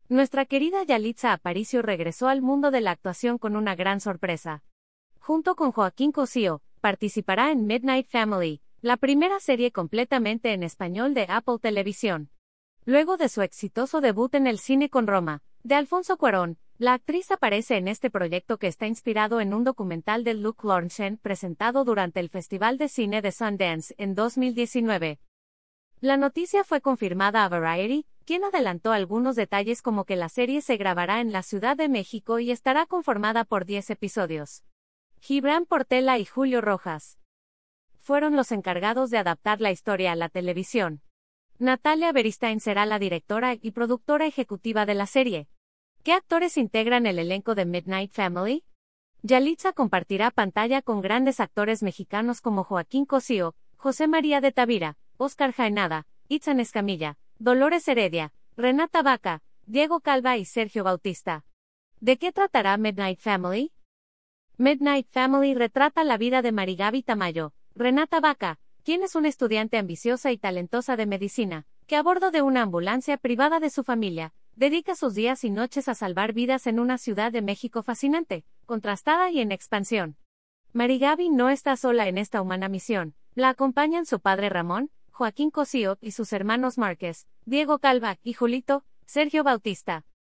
Nuestra querida Yalitza Aparicio regresó al mundo de la actuación con una gran sorpresa. Junto con Joaquín Cosío, participará en Midnight Family, la primera serie completamente en español de Apple Televisión. Luego de su exitoso debut en el cine con Roma, de Alfonso Cuarón, la actriz aparece en este proyecto que está inspirado en un documental de Luke Lorenzen presentado durante el Festival de Cine de Sundance en 2019. La noticia fue confirmada a Variety, quien adelantó algunos detalles como que la serie se grabará en la Ciudad de México y estará conformada por 10 episodios. Gibran Portela y Julio Rojas fueron los encargados de adaptar la historia a la televisión. Natalia Beristain será la directora y productora ejecutiva de la serie. ¿Qué actores integran el elenco de Midnight Family? Yalitza compartirá pantalla con grandes actores mexicanos como Joaquín Cosío, José María de Tavira, Óscar Jaenada, Itzan Escamilla, Dolores Heredia, Renata Vaca, Diego Calva y Sergio Bautista. ¿De qué tratará Midnight Family? Midnight Family retrata la vida de Marigaby Tamayo, Renata Vaca, quien es una estudiante ambiciosa y talentosa de medicina, que a bordo de una ambulancia privada de su familia, dedica sus días y noches a salvar vidas en una Ciudad de México fascinante, contrastada y en expansión. Marigaby no está sola en esta humana misión, la acompañan su padre Ramón, Joaquín Cosío y sus hermanos Márquez, Diego Calva y Julito, Sergio Bautista.